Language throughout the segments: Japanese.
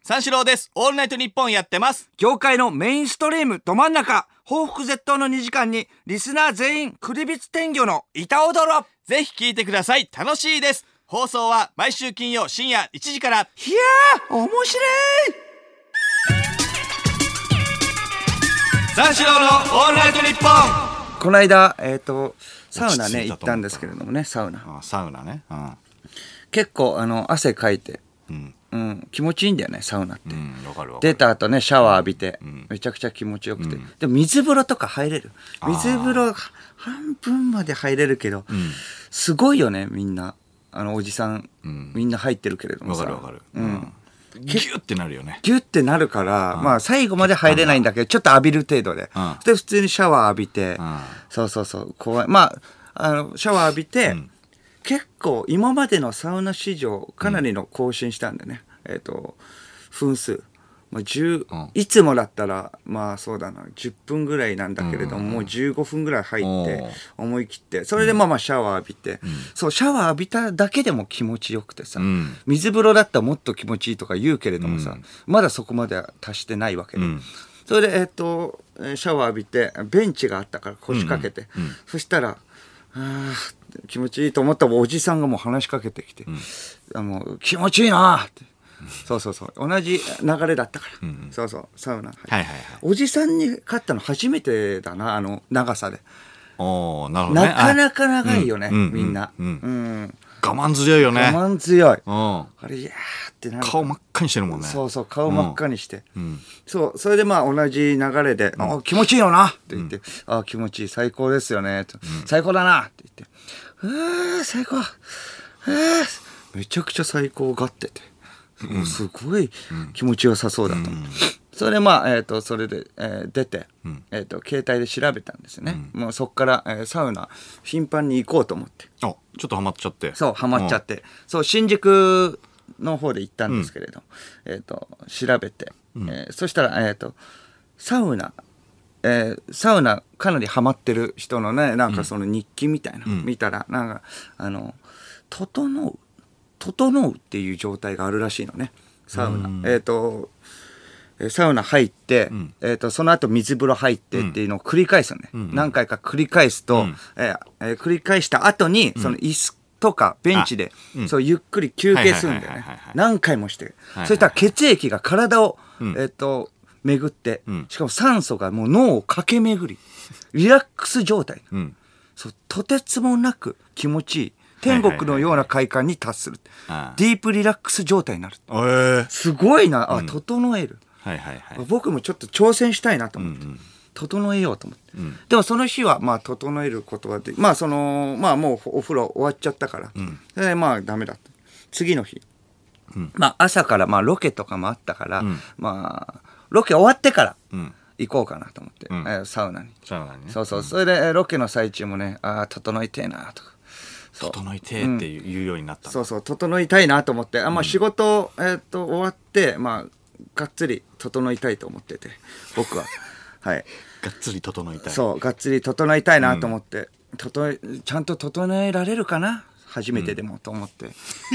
三四郎です。オールナイトニッポンやってます。 業界のメインストリームど真ん中、報復絶倒の2時間にリスナー全員クリビツ天魚の板踊ろ。 ぜひ聞いてください。楽しいです。放送は毎週金曜深夜1時から。いやー面白い。 三四郎のオールナイトニッポン。 この間サウナね行ったんですけれどもね、サウナね、 結構汗かいて、気持ちいいんだよねサウナって、出た後ねシャワー浴びて、めちゃくちゃ気持ちよくて、でも水風呂とか入れる。水風呂半分まで入れるけど、すごいよね。みんなおじさん、みんな入ってるけれどもさ、 わかる、ギュッてなるよね。 ギュッてなるから、まあ最後まで入れないんだけど、ちょっと浴びる程度で、で普通にシャワー浴びて、そう怖い。まあシャワー浴びて、結構今までのサウナ史上かなりの更新したんでね、分数、いつもだったらまあそうだな10分ぐらいなんだけれども、もう15分ぐらい入って思い切って、それでまあシャワー浴びて、そうシャワー浴びただけでも気持ちよくてさ、水風呂だったらもっと気持ちいいとか言うけれどもさ、まだそこまでは達してないわけで、それでシャワー浴びてベンチがあったから腰掛けて、そしたら気持ちいいと思ったらおじさんがもう話しかけてきて、もう気持ちいいなって、そう同じ流れだったから、そうサウナ、おじさんに勝ったの初めてだな、長さで。 なるほどね。 なかなか長いよね、みんな。 我慢強いよね。 我慢強い。あれいやーってなる。 顔真っ赤にしてるもんね。 そう顔真っ赤にして、それでまあ同じ流れで、気持ちいいよなって言って、気持ちいい、最高ですよねと、最高だなって言って、最高、めちゃくちゃ最高がってて、すごい気持ちよさそうだと思って、それでまあそれで、出て、携帯で調べたんですよね。もうそっから、サウナ頻繁に行こうと思って。 ちょっとハマっちゃって。 そうハマっちゃって、そう新宿の方で行ったんですけれど、調べて、そしたらサウナかなりハマってる人のね、なんかその日記みたいな、見たらなんか整うっていう状態があるらしいのね、サウナ。サウナ入って、その後水風呂入ってっていうのを繰り返すのね、何回か繰り返すと、繰り返した後にその椅子とかベンチで、そうゆっくり休憩するんだよね、何回もして、そしたら血液が体を、巡って、しかも酸素がもう脳を駆け巡り、リラックス状態、そうとてつもなく気持ちいい天国のような快感に達する、ディープリラックス状態になる、すごいな。整える、僕もちょっと挑戦したいなと思って、整えようと思って、でもその日はまあ整えることはでまあもうお風呂終わっちゃったから、まあダメだった。次の日、まあ朝からまあロケとかもあったから、まあロケ終わってから行こうかなと思って、サウナにね。そうそれでロケの最中もね、整いてえなとか、 整いてえって言うようになった。 そう整いたいなと思って、まあ仕事終わってまあがっつり整いたいと思ってて、僕はがっつり整いたい。 そうがっつり整いたいなと思って、ちゃんと整えられるかな、初めてでもと思って、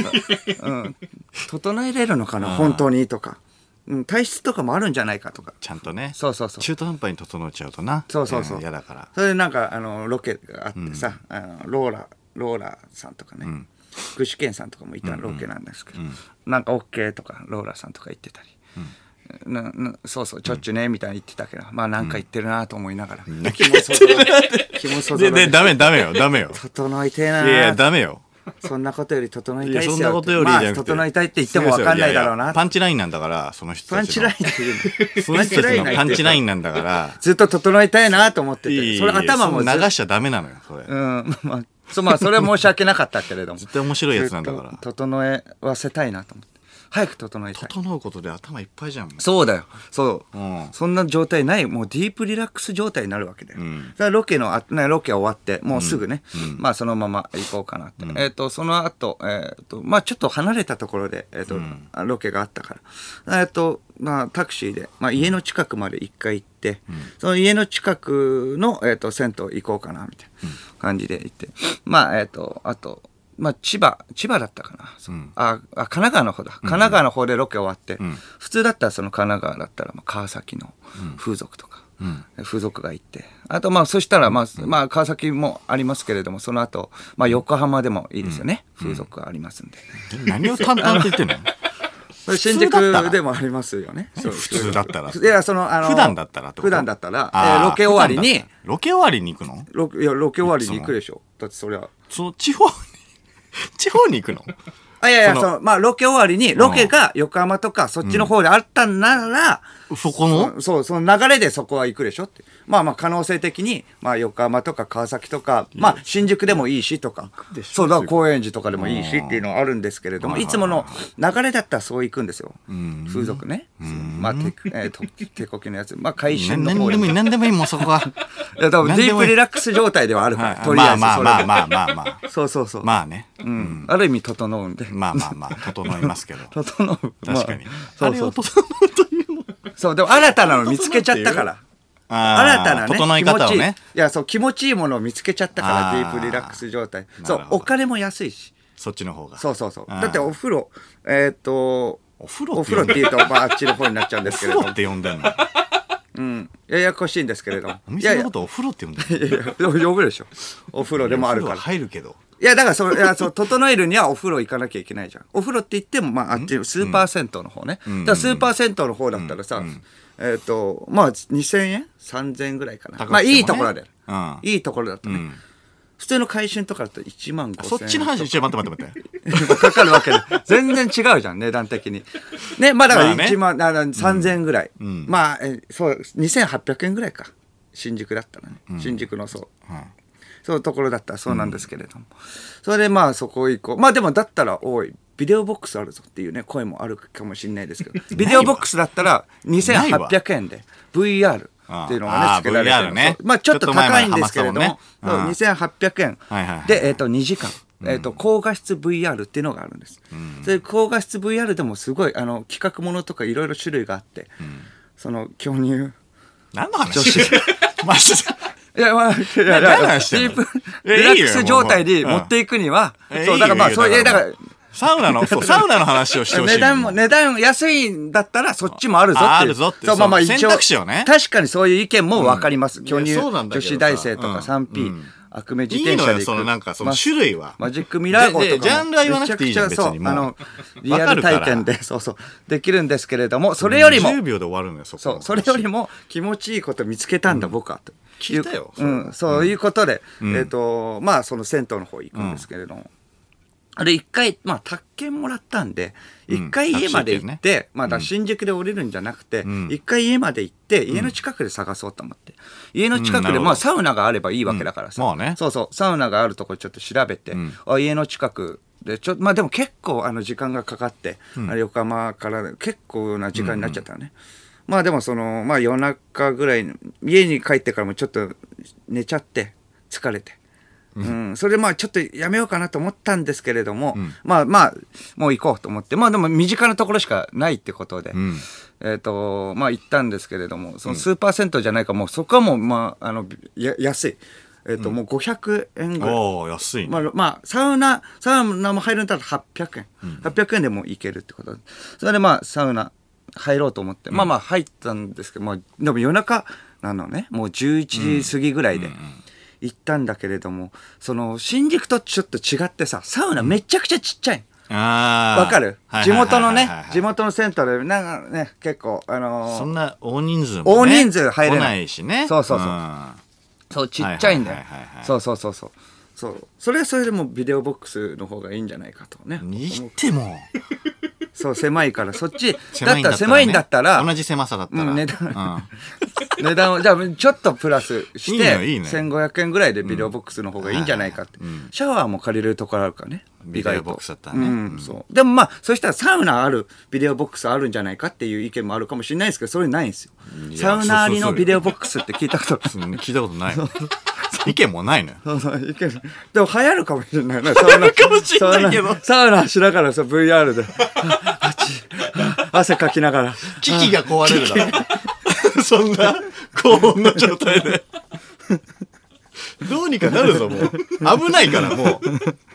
整えれるのかな本当にとか、体質とかもあるんじゃないかとか、ちゃんとね、そう中途半端に整っちゃうとな、嫌だから。 それでなんかロケがあってさ、ローラさんとかね、具志堅さんとかもいたロケなんですけど、なんか OK とかローラさんとか言ってたり、そうちょっちゅうねみたいに言ってたけど、まあなんか言ってるなと思いながら、気もそぞろで、 ダメよ整いてえな。 いやダメよ、 そんなことより整いたいっすよ。 そんなことよりじゃなくて、 整いたいって言っても分かんないだろうな。 パンチラインなんだから、その人たちのパンチラインっていうの、 その人たちのパンチラインなんだからずっと整いたいなと思ってて、それ頭も流しちゃダメなのよそれ。 まあそれは申し訳なかったけれども、 絶対面白いやつなんだから、 整えわせたいなと思って、早く整いたい。 整うことで頭いっぱいじゃん。 そうだよ、そんな状態ない、もうディープリラックス状態になるわけだよ。だからロケ終わってもうすぐね、まあそのまま行こうかなって、その後まあちょっと離れたところでロケがあったからまあタクシーで家の近くまで一回行って、その家の近くの銭湯行こうかなみたいな感じで行って、まああとまあ、千葉だったかな。神奈川の方だ。神奈川の方でロケ終わって、普通だったらその神奈川だったら、川崎の風俗とか、風俗が行って、あとそしたら川崎もありますけれども、その後、横浜でもいいですよね。風俗がありますんで。 何を淡々と言ってんの？ 新宿でもありますよね。 普通だったら。 いや、普段だったらってこと？ 普段だったら、ロケ終わりに。 ロケ終わりに行くの？ ロケ終わりに行くでしょ。だってそりゃ。 地方に行くの？ いや、ロケ終わりに、ロケが横浜とかそっちの方であったんなら、 そこの？ その流れでそこは行くでしょって。可能性的に、横浜とか川崎とか、新宿でもいいしとか、そうだ、高円寺とかでもいいしっていうのはあるんですけれども、いつもの流れだったらそう行くんですよ。風俗ね。手こきのやつ。回収の方で。 何でもいいもん、そこは。 いや、多分ディープリラックス状態ではあるから、とりあえず。 まあ。 そう。 まあね。 ある意味整うんで。 整いますけど。 整う。 確かに。 そう。 整うというの。 そう、でも新たなの見つけちゃったから。新たなね、 整い方をね。 いや、気持ちいいものを見つけちゃったから、ディープリラックス状態。そう、お金も安いし。 そっちの方が。 そう。だってお風呂、お風呂って言うと、あっちの方になっちゃうんですけれども。 お風呂って呼んでんの？ ややこしいんですけれども。 お店のことお風呂って呼んでる？ いや、呼ぶでしょ。お風呂でもあるから。 入るけど。 いや、だから整えるにはお風呂行かなきゃいけないじゃん。お風呂って言っても、あっち、スーパー銭湯の方ね。だからスーパー銭湯の方だったらさ、2000円 ?3000 円ぐらいかな。いいところで。いいところだとね。普通の回春とかだと1万5,000円。 そっちの話、待って。 かかるわけで。全然違うじゃん、値段的に。ね、だから1万、3000円ぐらい。そう、2800円ぐらいか。新宿だったらね。新宿のそういうところだったらそうなんですけれども。それでそこ行こう。でもだったら、おい、ビデオボックスあるぞっていうね、声もあるかもしれないですけど、ビデオボックスだったら2800円で VR っていうのがね、つけられてる。 ね。 ちょっと高いんですけれども、2800円で、2時間。高画質 VR っていうのがあるんです。それ高画質 VR でもすごい企画ものとかいろいろ種類があって、巨乳。 何の話？マジで。 ディープリラックス状態に持っていくには、そう、だからだから、 サウナの話をしてほしい。 値段安いんだったらそっちもあるぞって。 あるぞって。そう、選択肢をね。 確かにそういう意見も分かります。巨乳女子大生とか 3P。悪名自転車で行く。 いいのよ、その種類は。 マジックミラー号とかも。 ジャンルは言わなくていいじゃん、別にもう。 リアル体験で、できるんですけれども、それよりも。 10秒で終わるのよ、そこ。 そう、それよりも気持ちいいこと見つけたんだ、僕は。 聞いたよ。 そういうことで、その銭湯の方行くんですけれども。あれ一回、宅建もらったんで、一回家まで行って、新宿で降りるんじゃなくて、一回家まで行って、家の近くで探そうと思って。家の近くで、サウナがあればいいわけだからさ。そう、サウナがあるとこちょっと調べて、家の近くで、でも結構時間がかかって、横浜から結構な時間になっちゃったね。でも夜中ぐらい、家に帰ってからもちょっと寝ちゃって、疲れて。それでちょっとやめようかなと思ったんですけれども、もう行こうと思って、でも身近なところしかないってことで、行ったんですけれども、そのスーパー銭湯じゃないか、もうそこはもう、安い。もう500円ぐらい。 安いね。 サウナも入るんだったら800円。800円でも行けるってことで。それでサウナ入ろうと思って、入ったんですけど、でも夜中なのね、もう11時過ぎぐらいで。行ったんだけれども、新宿とちょっと違ってさ、サウナめちゃくちゃちっちゃい。わかる？地元の銭湯で、なんかね、結構、 そんな大人数もね。 大人数入れない。 来ないしね。 そう。そう、ちっちゃいんだよ。そう。それはそれでもビデオボックスの方がいいんじゃないかとね。 にしても。 そう、狭いから、そっち、だったら狭いんだったら、 同じ狭さだったら。 値段を、じゃあちょっとプラスして、 いいね 1500円ぐらいでビデオボックスの方がいいんじゃないかって。シャワーも借りれるところあるからね。 ビデオボックスだったらね。 そう。でもそしたらサウナあるビデオボックスあるんじゃないかっていう意見もあるかもしれないですけど、それないんですよ。サウナありのビデオボックスって聞いたこと聞いたことない。意見もないのよ。 意見。でも流行るかもしれないね。 流行るかもしれないけど。 サウナしながらさ、VR で。汗かきながら。 機器が壊れるだろ。そんな高温の状態で。どうにかなるぞ、もう。危ないから、もう。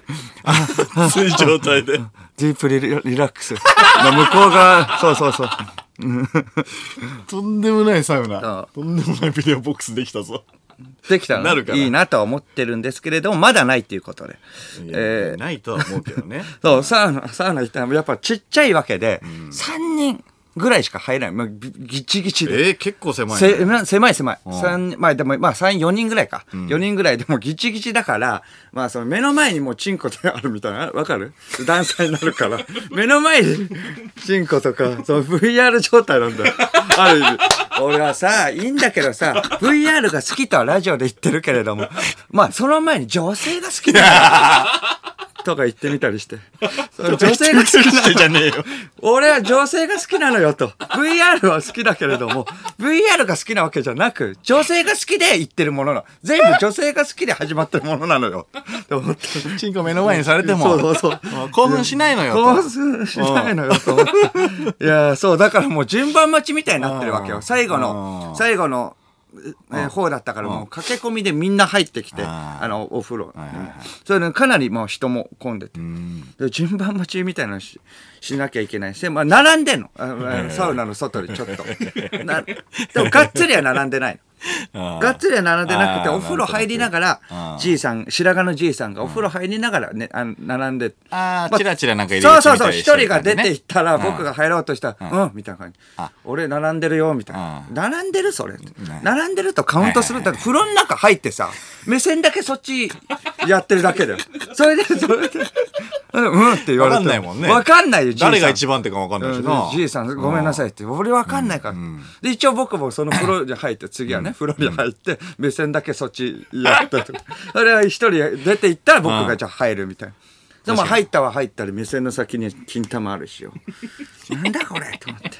熱い状態でディープリラックスの向こう側、そうそうそう。 とんでもないサウナそとんでもないビデオボックスできたぞ。 できたらなるかないいなとは思ってるんですけれども、まだないっていうことで。 ないとは思うけどね。 そう、サウナ行ったらやっぱちっちゃいわけで、3人ぐらいしか入らない。もうギチギチで。 結構狭いね。 狭い。まあでも、まあ3、4人ぐらいか。4人ぐらいでもギチギチだから、まあその目の前にもうチンコであるみたいな、わかる？段差になるから。目の前にチンコとか、その VR 状態なんだよ。ある意味。俺はさ、いいんだけどさ、VR が好きとはラジオで言ってるけれども、まあその前に女性が好きだよ。とか言ってみたりして。女性が好きなじゃねえよ。 俺は女性が好きなのよと。VR は好きだけれども、VR が好きなわけじゃなく、女性が好きで言ってるものなの。全部女性が好きで始まってるものなのよ。って思って。 チンコ目の前にされても。 そう。 興奮しないのよと。 興奮しないのよと思って。いや、そう、だからもう順番待ちみたいになってるわけよ。最後の、方だったからもう駆け込みでみんな入ってきて、お風呂。それでかなりもう人も混んでて。で順番待ちみたいなのしなきゃいけないし、まあ並んでんの。サウナの外でちょっと。でもがっつりは並んでないの。がっつりは並んでなくて、お風呂入りながら、白髪のじいさんがお風呂入りながらね、並んで。 チラチラなんか入れてそう。一人が出ていったら、僕が入ろうとしたら、みたいな感じ。俺並んでるよ、みたいな。並んでるそれ。並んでるとカウントする。だって風呂の中入ってさ、目線だけそっちやってるだけだよ。それで、って言われて。 わかんないもんね。 わかんないよ、じいさん。 誰が一番ってかわかんないしな。 じいさん、ごめんなさいって。俺わかんないから。で、一応僕もその風呂に入って、次はね、風呂に入って、目線だけそっちやったとか。それは一人出て行ったら僕がじゃあ入るみたいな。でも入ったら目線の先に金玉あるしよ。なんだこれと思って。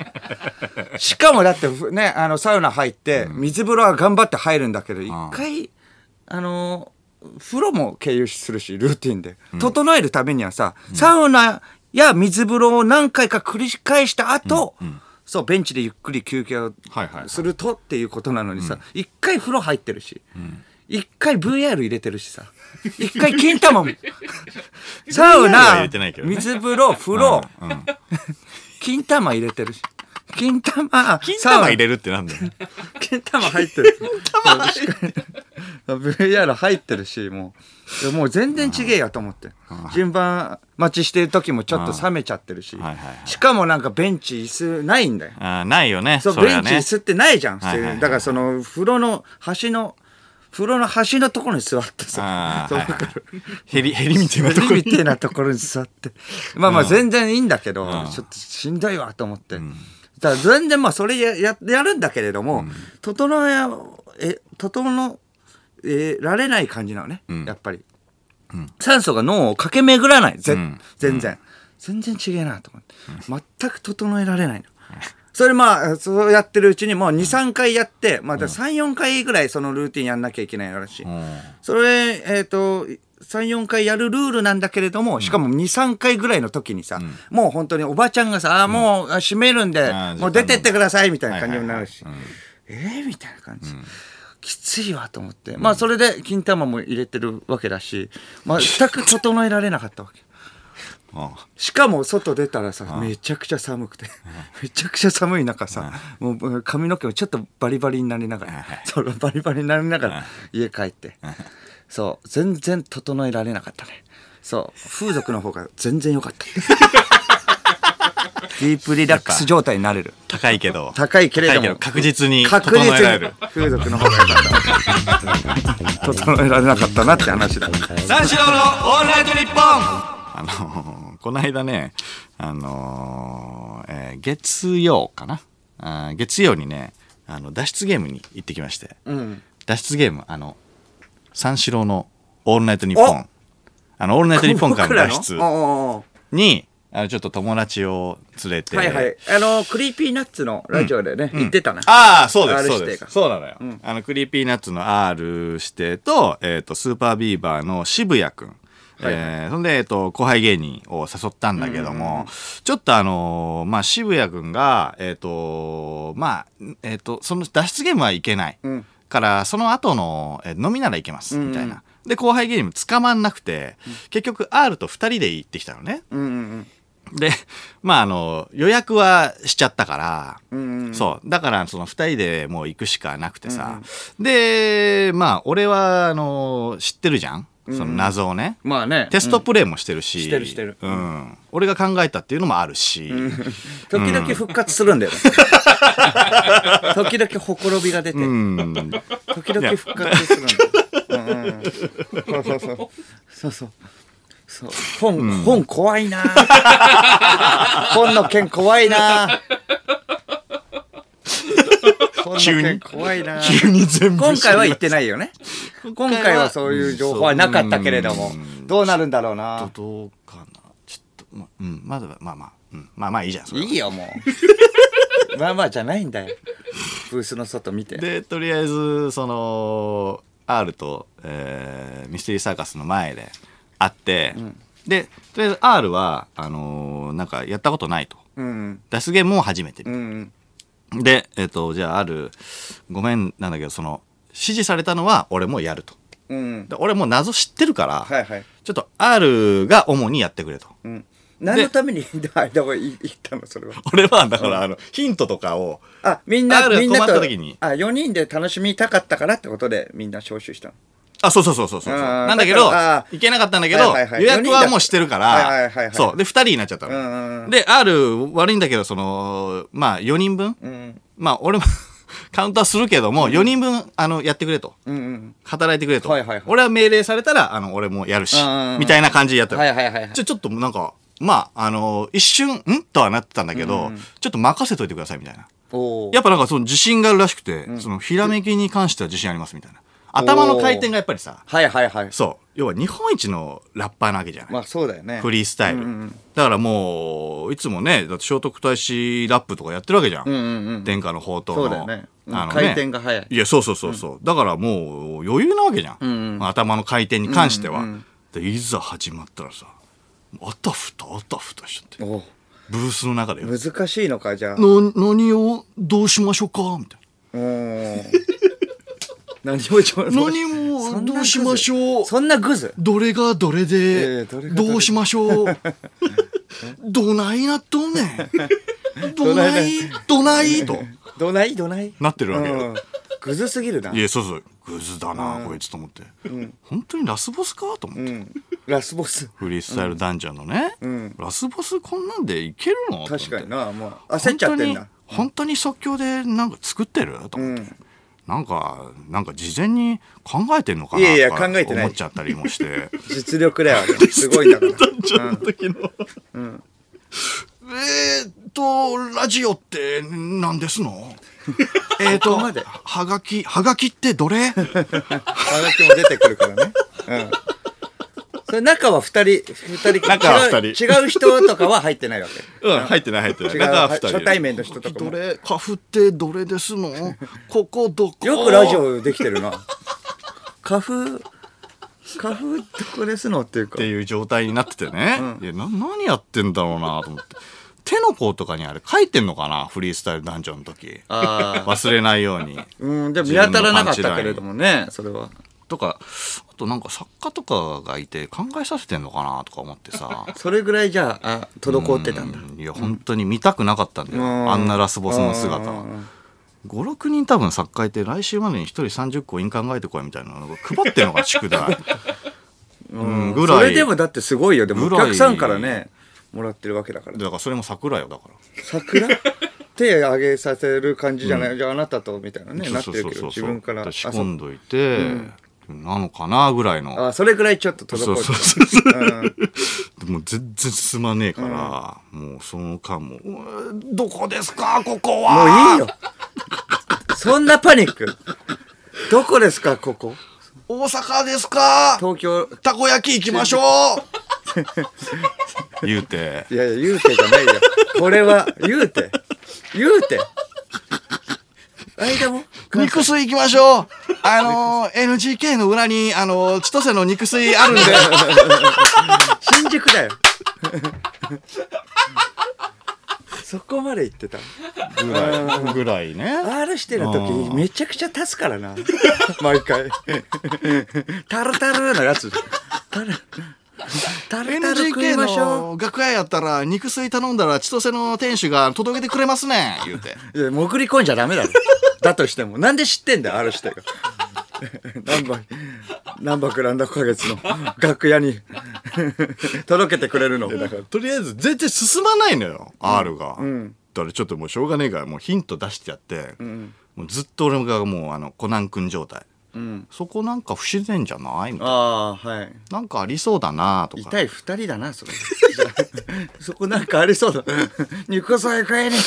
しかもだってね、サウナ入って、水風呂は頑張って入るんだけど、一回、風呂も経由するし、ルーティンで。整えるためにはさ、サウナや水風呂を何回か繰り返した後、そう、ベンチでゆっくり休憩をするとっていうことなのにさ、一回風呂入ってるし、一回 VR 入れてるしさ、一回金玉も、サウナ、水風呂、風呂、金玉入れてるし。金玉入れるってなんだよ。 金玉入ってる。VR 入ってるし、もう全然違えやと思って。順番待ちしてる時もちょっと冷めちゃってるし。しかもなんかベンチ椅子ないんだよ。 ないよね。 そう、ベンチ椅子ってないじゃん。だからその風呂の端のところに座ってさ。 ヘリみたいなところに。 ヘリみたいなところに座って。まあ全然いいんだけど、ちょっとしんどいわと思って。だから全然まあそれやるんだけれども、整えられない感じなのね、やっぱり。酸素が脳を駆け巡らない。全然違えなと思って。全く整えられないの。それまあ、そうやってるうちにもう2、3回やって、まあ3、4回ぐらいそのルーティンやんなきゃいけないらしい。それ、3、4回やるルールなんだけれども、しかも2、3回ぐらいの時にさ、もう本当におばちゃんがさ、もう閉めるんで、もう出てってくださいみたいな感じになるし、みたいな感じ。きついわと思って。まあそれで金玉も入れてるわけだし、全く整えられなかったわけ。しかも外出たらさ、めちゃくちゃ寒くて、めちゃくちゃ寒い中さ、もう髪の毛もちょっとバリバリになりながら、バリバリになりながら家帰って、そう、全然整えられなかったね。そう、風俗の方が全然良かった。ディープリラックス状態になれる。 高いけど確実に整えられる。風俗の方が良かった。整えられなかったなって話だ。 三四郎のオールナイトニッポン。この間ね、月曜かな、月曜にね、脱出ゲームに行ってきまして、脱出ゲーム、三四郎のオールナイトニッポン、オールナイトニッポンからの脱出に、ちょっと友達を連れて、 クリーピーナッツのラジオでね、言ってたな。 そうです。そうなのよ。クリーピーナッツの R 指定と、スーパービーバーの渋谷くん。そんで、後輩芸人を誘ったんだけども、ちょっと渋谷くんが、その脱出ゲームはいけない。から、その後の、飲みならいけます。みたいな。 で後輩芸人も捕まんなくて、結局 R と2人で行ってきたのね。でまあ予約はしちゃったから、そうだからその2人でもう行くしかなくてさ、でまあ俺は知ってるじゃん、その謎をね、 まあね、 テストプレイもしてるし、 してる、 俺が考えたっていうのもあるし、 時々復活するんだよね。時々ほころびが出て、時々復活するんだよ。そう本怖いな。本の件怖いな。 急に怖いな。 急に全部今回は言ってないよね。今回はそういう情報はなかったけれども、どうなるんだろうな。 どうかな。ちょっとまだまあいいじゃん。 いいよもう。まあまあじゃないんだよ。ブースの外見て。でとりあえずその R と、ミステリーサーカスの前で会って、でとりあえず R はなんかやったことないと、脱出ゲームも初めて、でじゃあ R ごめんなんだけど、その指示されたのは俺もやると、で俺も謎知ってるから、ちょっと R が主にやってくれと、 何のために間を言ったのそれは。 俺はだからヒントとかをみんなと 4 人で楽しみたかったからってことでみんな招集したの。 そうなんだけど行けなかったんだけど、予約はもうしてるから、そうで2人になっちゃったの。で R 悪いんだけど、そのまあ4人分、まあ俺もカウンターするけども4人分やってくれと、働いてくれと、俺は命令されたら俺もやるしみたいな感じでやったの。ちょっとなんかまあ一瞬とはなってたんだけど、ちょっと任せといてくださいみたいな。やっぱなんかその自信があるらしくて、そのひらめきに関しては自信ありますみたいな。頭の回転がやっぱりさ、そう要は日本一のラッパーなわけじゃない。 まあそうだよね。 フリースタイル、だからもういつもね、だって聖徳太子ラップとかやってるわけじゃん、天下の宝刀の。 そうだよね、回転が速い。 いやそうだからもう余裕なわけじゃん、頭の回転に関しては。でいざ始まったらさ、あたふたしちゃって、ブースの中で難しいのか。じゃあ何をどうしましょうかみたいな。何もどうしましょう。 そんなグズ。 どれがどれでどうしましょう。どないなっとんねん。どないとなってるわけよ。 グズすぎるな。 いやそうグズだなこいつと思って、本当にラスボスかと思って、 ラスボスフリースタイルダンジョンのね、ラスボスこんなんでいけるの。 確かにな、もう焦っちゃってんだ。 本当に即興でなんか作ってると思って、なんか事前に考えてんのかなとか思っちゃったりもして。 実力だよね。すごいんだから。 ラジオって何ですの？はがきってどれ？ はがきも出てくるからね。それ中は2人違う人とかは入ってないわけ。 入ってない。中は2人。初対面の人とかも。 カフってどれですの？ここどこ？ よくラジオできてるな。カフどこですのっていう状態になっててね。いや何やってんだろうなと思って。手の甲とかにあれ書いてんのかな、フリースタイルダンジョンの時。忘れないように。 でも見当たらなかったけれどもね、それは。 とか、あとなんか作家とかがいて考えさせてんのかなとか思ってさ。 それぐらいじゃあ滞ってたんだ。 いや本当に見たくなかったんだよ、あんなラスボスの姿は。5、6人多分作家いて、来週までに1人30個印考えてこいみたいなのを配ってんのか宿題ぐらい。 それでもだってすごいよ。でもお客さんからねもらってるわけだから。 だからそれも桜よ。だから桜手上げさせる感じじゃない、じゃああなたとみたいなねなってるけど、自分から仕込んどいて、なのかなぐらいの。 それぐらいちょっと滞ってでも全然進まねえから、もうその間もどこですかここは。 もういいよそんなパニック。どこですかここ。 大阪ですか。 東京たこ焼き行きましょう言うて。 いや言うてじゃないよ。これは言うて間も肉水行きましょう。NGK の裏に千歳の肉水あるんで新宿だよそこまで言ってたぐらいね。 R してる時めちゃくちゃ立つからな毎回タルタルのやつタルタル食い NGK ましょの楽屋やったら肉水頼んだら千歳の店主が届けてくれますね言うて。 う。いや潜り込んじゃダメだろだとしてもなんで知ってんだよ R してが何泊何ヶ月の楽屋に届けてくれるの。 だからとりあえず全然進まないのよ、R が。だからちょっともうしょうがねえからもうヒント出してやって、もうずっと俺がもうコナン君状態、そこなんか不自然じゃないみたいな、 ああー、はい。 なんかありそうだなとか。 痛い二人だなそれそこなんかありそうだ肉さえ買えね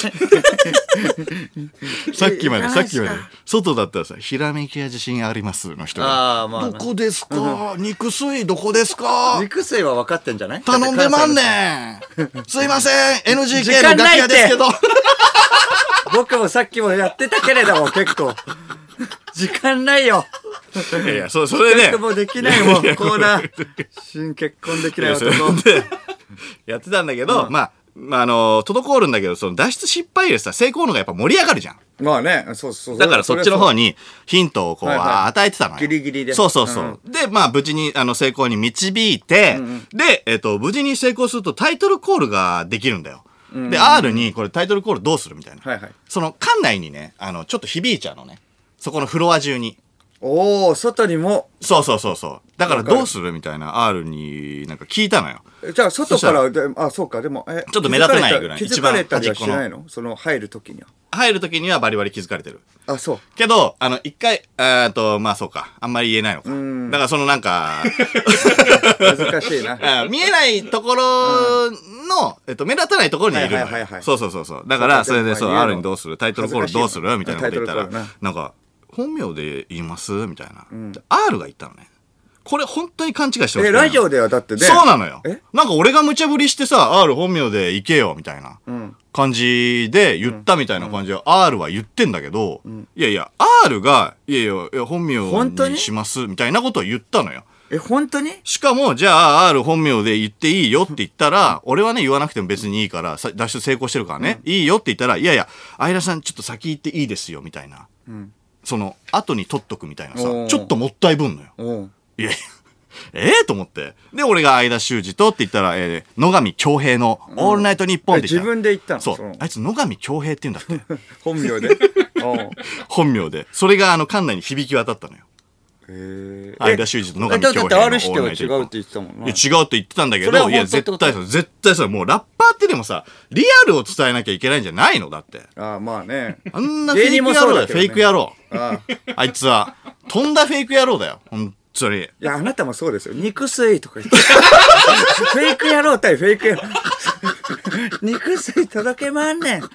さっきまでいかがですか外だったらさ「ひらめきや自信あります」の人があーまあどこですか、肉水どこですか、 肉水は分かってんじゃない。 頼んでまんねんすいません NGK 時間の楽ないって屋ですけど僕もさっきもやってたけれども結構時間ないよ。 いやいやそれで、 結構もうできないもんコーナー新結婚できない男。 でやってたんだけど、まあ滞るんだけど、その脱出失敗よりさ成功の方がやっぱ盛り上がるじゃん。 まあね、そうそう。 だからそっちの方にヒントをこう、 はいはい与えてたのよ。 ギリギリで。 そうそうそう。で、まあ無事に成功に導いて、で、無事に成功するとタイトルコールができるんだよ。で、R にこれタイトルコールどうするみたいな。 はいはい。 その館内にね、ちょっと響いちゃうのね。そこのフロア中に。 おお、外にも。 そうそうそうそう。だからどうするみたいな R になんか聞いたのよ。 じゃあ外からで、あ、そうか、でも、 ちょっと目立たないぐらい気づかれたりは一番端っこのしないの？その入る時には。 入る時にはバリバリ気づかれてる。 あ、そう。 けど、一回、まあそうか。あんまり言えないのか。だからそのなんか、 難しいな。 見えないところの、目立たないところにいるのよ。 はいはいはいはいそうそうそうそう。だから、それで、そう、 まあ R にどうするタイトルコールどうするみたいなこと言ったらタイトルコール、 なんか、本名で言いますみたいな。R が言ったのね。これ本当に勘違いしてほしくない。 ラジオではだってね。 そうなのよえ。 なんか俺が無茶ぶりしてさ、R 本名で行けよ、みたいな感じで言ったみたいな感じで、R は言ってんだけど、いやいや、R が、いやいや、本名にします、みたいなことを言ったのよ。 本当に？ しかも、じゃあ、R 本名で言っていいよって言ったら、俺はね、言わなくても別にいいから、脱出成功してるからね、いいよって言ったら、いやいや、相田さんちょっと先行っていいですよ、みたいな。その、後に取っとくみたいなさ、 おーちょっともったいぶんのよ。いやいや、と思って。で、俺が相田修二とって言ったら、野上恭平のオールナイトニッポンって言った自分で言ったの？ そう。あいつ野上恭平って言うんだって。 本名で。 本名で。それが館内に響き渡ったのよ。相田修二と野上恭平のオールナイトニッポン。 だって R しては違うって言ってたもんな。 いや違うって言ってたんだけど、 それは本当いや、絶対そう、絶対そう。もうラッパーってでもさ、リアルを伝えなきゃいけないんじゃないのだって。 ああ、まあね。 あんなフェイク野郎だよ、フェイク野郎。あいつは。とんだフェイク野郎だよ、本当に。 いや、あなたもそうですよ。肉水とか言って。フェイク野郎対フェイク野郎。肉水届けまんねん。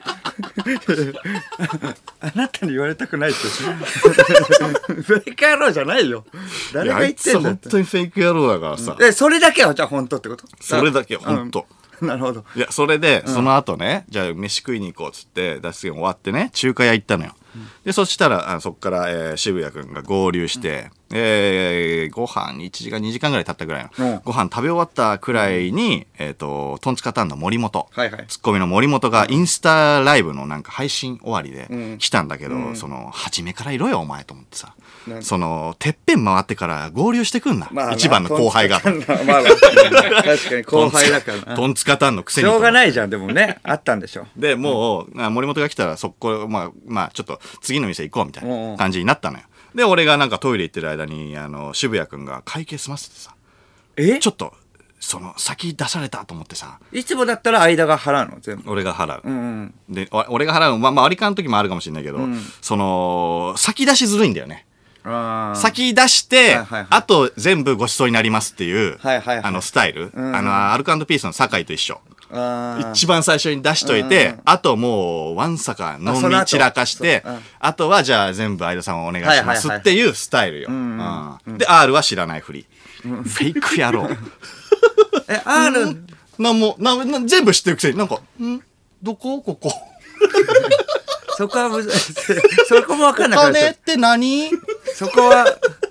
あなたに言われたくないって。フェイク野郎じゃないよ。誰が言ってんだ本って。 当にフェイク野郎だからさ。 それだけはじゃあ本当ってこと？ それだけ本当。 なるほど。 いや、それで、その後ね、じゃあ飯食いに行こうっつって、脱出ゲーム終わってね、中華屋行ったのよ。で、そしたら、そっから、渋谷くんが合流して、ご飯1時間2時間ぐらい経ったぐらいの、ご飯食べ終わったくらいに、トンツカタンの森本、 はいはい。 ツッコミの森本がインスタライブのなんか配信終わりで来たんだけど、その、初めからいろよ、お前と思ってさ。その、てっぺん回ってから合流してくんな。一番の後輩が。 まあ、確かに後輩だからな。 トンツカタンのくせに。 しょうがないじゃん、でもね。あったんでしょ。 で、もう、森本が来たら、そこ、まあ、ちょっと、次の店行こうみたいな感じになったのよ。で、俺がなんかトイレ行ってる間に、渋谷くんが会計済ませてさ、ちょっと、先出されたと思ってさ。 いつもだったら間が払うの全部。 俺が払う。で、俺が払う。まあ、割り勘の時もあるかもしれないけど、先出しずるいんだよね。先出して、あと全部ご馳走になりますっていう、スタイル。アルコ&ピースの酒井と一緒。一番最初に出しといて、あともうワンサカ飲み散らかして、あとはじゃあ全部相田さんをお願いしますっていうスタイルよ。で、R は知らないふり。フェイク野郎。 R 全部知ってるくせになんか、どこここ。 そこはむずい。そこもわかんない。 お金って何？ そこは、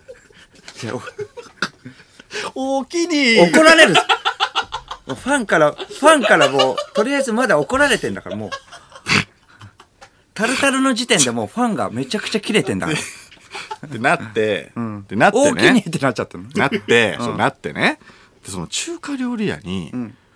おおきに。 怒られる。ファンからもう、とりあえずまだ怒られてんだから、もう。 タルタルの時点でもうファンがめちゃくちゃキレてんだからってなって、ってなって大きにねってなっちゃったの。 なってそうなってねでその中華料理屋に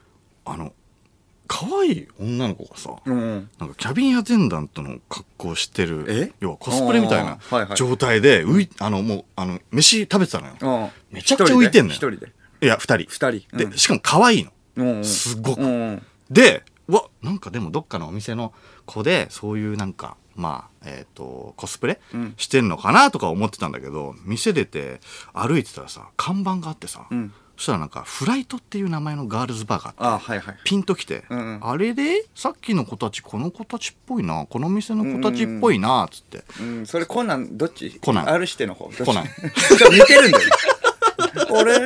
可愛い女の子がさなんかキャビンアテンダントの格好してる要はコスプレみたいな状態でもう飯食べてたのよ。めちゃくちゃ浮いてんのよ。 一人でいや二人でしかも可愛いのすごくでなんかでもどっかのお店の子でそういうなんかコスプレしてんのかなとか思ってたんだけど店出て歩いてたらさ看板があってさそしたらなんかフライトっていう名前のガールズバーがあってピンときてあれでさっきの子たちこの子たちっぽいなこの店の子たちっぽいなっつってそれコナンどっちコナン R しての方コナンちょっと似てるんだよ俺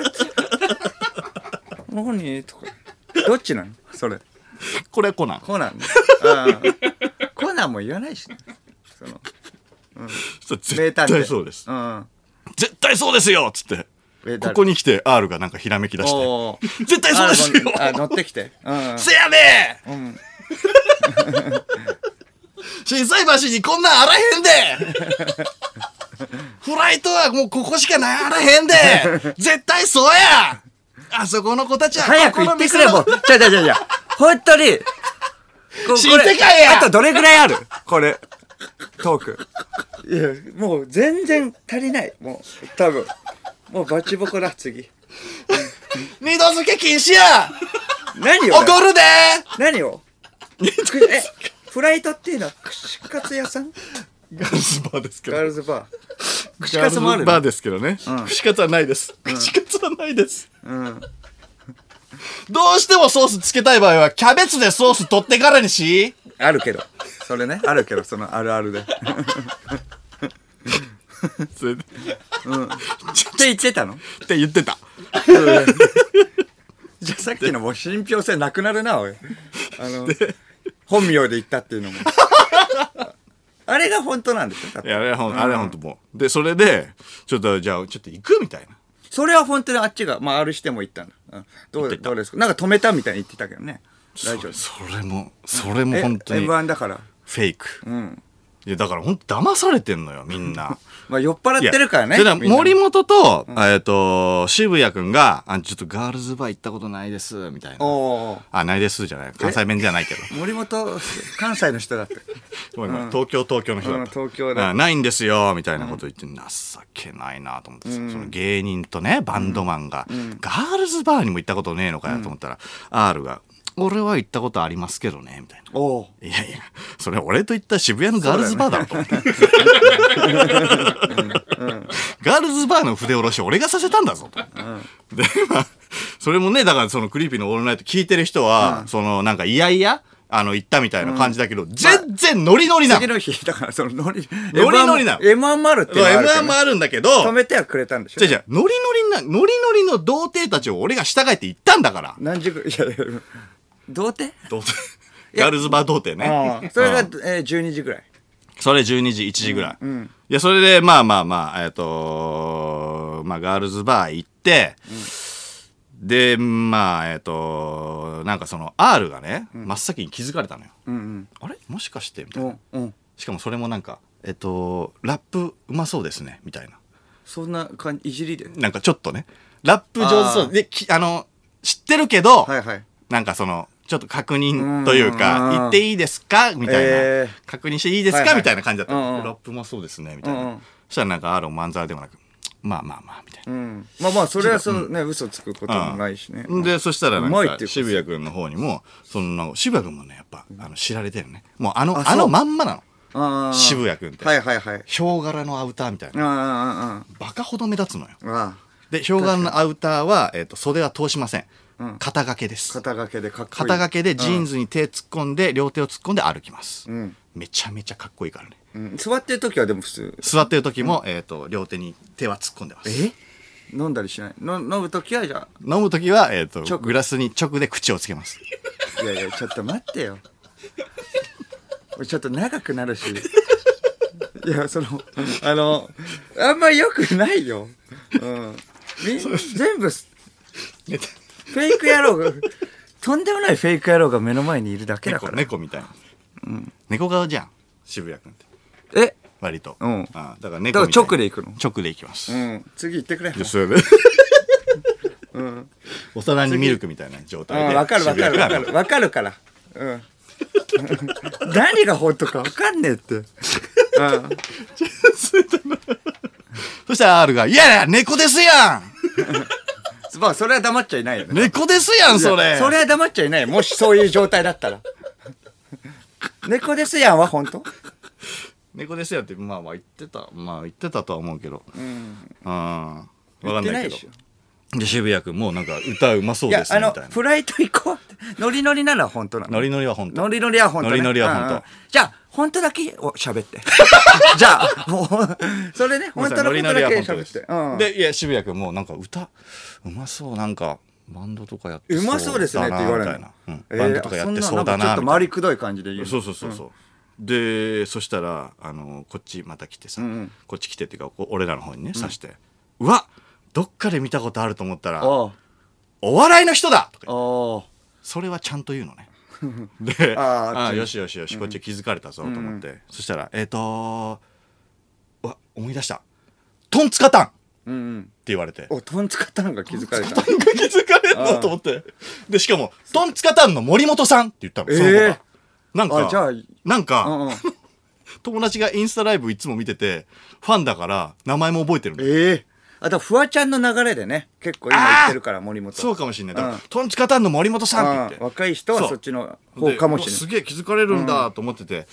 何とかどっちなのそれこれコナンコナンねコナンも言わないしねその絶対そうです絶対そうですよっつってここに来て R がなんかひらめき出して絶対そうですよ乗ってきてせやね心斎橋にこんなんあらへんでフライトはもうここしかならへんで絶対そうやあそこの子たちは早く言ってくれもうじゃ本当に新世界やあとどれぐらいあるこれトークいやもう全然足りないもう多分もうバチボコだ次二度漬け禁止や何を怒るで何をフライトっていうのは串カツ屋さんガールズバーですけどガールズバー串カツもあるバーですけどね串カツはないです串カツはないですどうしてもソースつけたい場合はキャベツでソース取ってからにしあるけどそれねあるけどそのあるあるでそれでって言ってたのって言ってたじゃあさっきのもう信憑性なくなるなおい本名で言ったっていうのもあれが本当なんでしょいやあれは本当もうでそれでちょっとじゃあちょっと行くみたいなそれは本当にあっちがあるしても言ったんだどうですかなんか止めたみたいに言ってたけどね大丈夫それも本当に M1 だからフェイクいやだから本当騙されてんのよみんなまあ酔っ払ってるからね森本と渋谷君がちょっとガールズバー行ったことないですみたいなないですじゃない関西弁じゃないけど森本関西の人だって東京の人だった東京だないんですよみたいなこと言って情けないなと思ってその芸人とねバンドマンがガールズバーにも行ったことねえのかよと思ったら R が俺は行ったことありますけどねみたいないやいやそれ俺と行った渋谷のガールズバーだろと思ってガールズバーの筆下ろし俺がさせたんだぞとでそれもねだからそのクリーピーのオールナイト聞いてる人はそのなんかいやいや行ったみたいな感じだけど全然ノリノリなの次の日だからそのノリノリなの M1 もあるっていうの M1 もあるんだけど止めてはくれたんでしょじゃノリノリの童貞たちを俺が従えて行ったんだから何時ぐらいいや童貞ガールズバー童貞ねそれが12時ぐらいそれ12時1時ぐらいいやそれでまあガールズバー行ってでなんかその R がね真っ先に気づかれたのよあれもしかしてみたいなしかもそれもなんかラップうまそうですねみたいなそんな感じいじりでなんかちょっとねラップ上手そうで知ってるけどなんかそのちょっと確認というか言っていいですかみたいな確認していいですかみたいな感じだったラップもそうですねみたいなそしたらなんか R をまんざらでもなくまあみたいなまあそれはそのね嘘つくこともないしねでそしたらなんか渋谷君の方にもその渋谷君もねやっぱ知られてるねもうあのまんまなの渋谷君ってヒョウ柄のアウターみたいなバカほど目立つのよでヒョウ柄のアウターは袖は通しません肩掛けです肩掛けでかっこいい肩掛けでジーンズに手突っ込んで両手を突っ込んで歩きますめちゃめちゃかっこいいからね座ってる時はでも普通座ってる時も両手に手は突っ込んでます飲んだりしない飲む時はじゃあ飲む時はグラスに直で口をつけますいやちょっと待ってよちょっと長くなるしいやあんまり良くないよ全部フェイク野郎がとんでもないフェイク野郎が目の前にいるだけだから猫みたいな猫顔じゃん渋谷君ってえ割と、 うんあだからだ猫みたいにから直で行くの直で行きます、 次行ってくれそれでお皿にミルクみたいな状態でわかるわかるわかるわかるから何が本当かわかんねえってそしたら R が「いやいや猫ですやんまあそれは黙っちゃいないよね猫ですやんそれそれは黙っちゃいないよもしそういう状態だったら猫ですやんは本当猫ですやんってまあ言ってたとは思うけどわ言かんないけどってないでしょで渋谷君もなんか歌うまそういやですみたいなフライト行こうってノリノリなら本当なのノリノリは本当ノリノリは本当ねノリノリは本当じゃあ本当だけを喋ってじゃあもうそれね本当のことだけ喋ってでいや渋谷君もなんか歌うまそうなんかバンドとかやってうまそうですねって言われるのバンドとかやってそうだなちょっと回りくどい感じで言うそうでそしたらこっちまた来てさこっち来てっていうか俺らの方にね刺してうわどっかで見たことあると思ったらお笑いの人だとかそれはちゃんと言うのねでよしよしよしこっち気づかれたぞと思ってそしたらうわ思い出したトンツカタンって言われてトンツカタンが気づかれたトンツカタンが気づかれるのと思ってでしかもトンツカタンの森本さんって言ったのその子がなんか友達がインスタライブいつも見ててファンだから名前も覚えてるのあとフワちゃんの流れでね結構今言ってるから森本そうかもしれないだからトンチカタンの森本さんって言って若い人はそっちの方かもしれないすげえ気づかれるんだと思ってて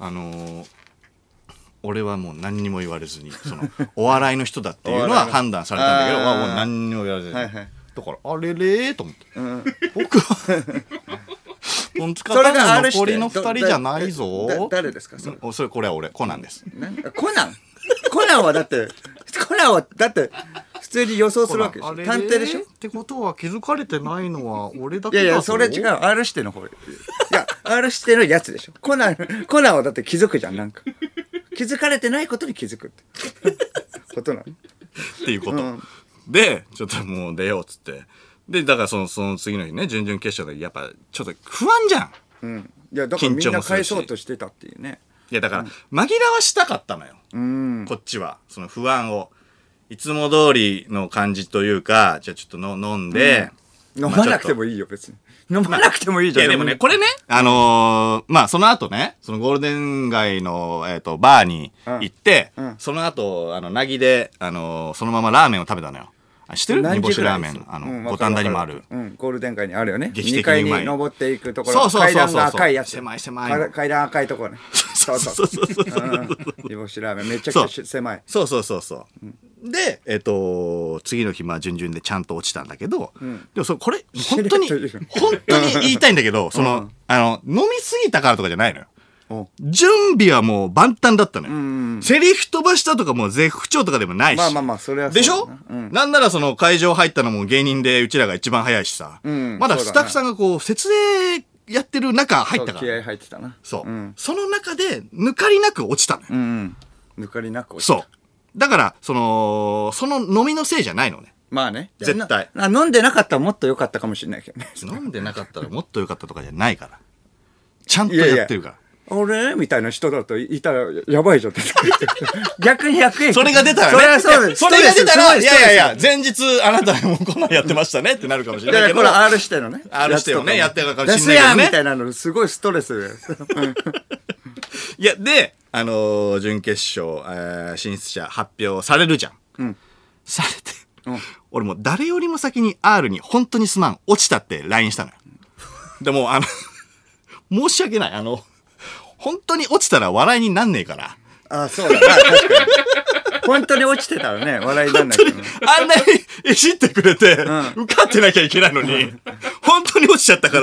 俺はもう何にも言われずにそのお笑いの人だっていうのは判断されたんだけどもう何にも言われずにだからあれれーと思って僕はトンツカタンの残りの2人じゃないぞ誰ですかそれこれは俺コナンですコナンはだって普通に予想するわけでしょ探偵でしょってことは気づかれてないのは俺だけだぞいやそれ違う R 指定の方いや R 指定のやつでしょコナンはだって気づくじゃんなんか気づかれてないことに気づくってことなのっていうこと、でちょっともう出ようっつってでだからその次の日ね準々決勝でやっぱちょっと不安じゃん、 いやだからみんな返そうとしてたっていうねいやだから紛らわしたかったのよ、こっちはその不安をいつも通りの感じというかじゃあちょっと飲んで、 飲まなくてもいいよ別に飲まなくてもいいじゃん、 いやでもねこれねまあその後ねそのゴールデン街のバーに行って、その後なぎでそのままラーメンを食べたのよ知ってる煮干しラーメン五反田にもあるゴールデン街にあるよね 2 階に登っていくところ階段が赤いやつ狭い階段赤いところねそう煮干しラーメンめちゃくちゃ狭いそうで次の日まあ順々でちゃんと落ちたんだけどでもこれ本当に言いたいんだけどその飲みすぎたからとかじゃないのよ準備はもう万端だったのよセリフ飛ばしたとかもう絶不調とかでもないしまあそれはでしょなんならその会場入ったのも芸人でうちらが一番早いしさまだスタッフさんがこう設営やってる中入ったから気合入ってたなその中で抜かりなく落ちたのよ抜かりなく落ちたそうだからその飲みのせいじゃないのねまあね絶対飲んでなかったらもっと良かったかもしれないけどね飲んでなかったらもっと良かったとかじゃないからちゃんとやってるから俺みたいな人だといたらやばいじゃん逆に100円それが出たらねそれはそうですそれが出たらいや前日あなたもこんなんやってましたねってなるかもしれないけどこれ R してのね R してをねやってるかもしれないけどねですやんみどたいなのすごいストレスいやで準決勝進出者発表されるじゃんされて俺もう誰よりも先に R に本当にすまん落ちたって LINE したのよでも申し訳ない本当に落ちたら笑いになんねえからあそうだな確かに本当に落ちてたらね笑いになんないけどあんなにいじってくれて、受かってなきゃいけないのに本当に落ちちゃったから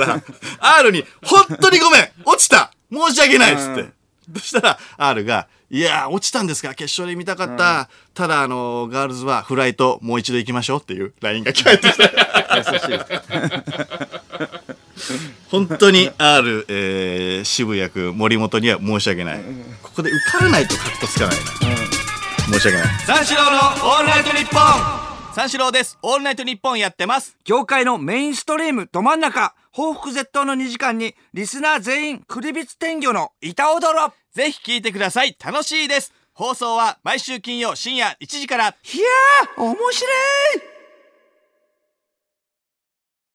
R に本当にごめん落ちた申し訳ないっつって、そしたら R がいや落ちたんですか決勝で見たかった、ただガールズはフライトもう一度行きましょうっていう LINE が返ってきた優しい本当に R、渋谷君森本には申し訳ない、ここで受からないとカッコつかないな、申し訳ない三四郎のオールナイトニッポン三四郎ですオールナイトニッポンやってます業界のメインストリームど真ん中報復絶倒の2時間にリスナー全員クリビツ天魚の板踊ろ。 ぜひ聞いてください。楽しいです。放送は毎週金曜深夜1時から。 いやー面白い。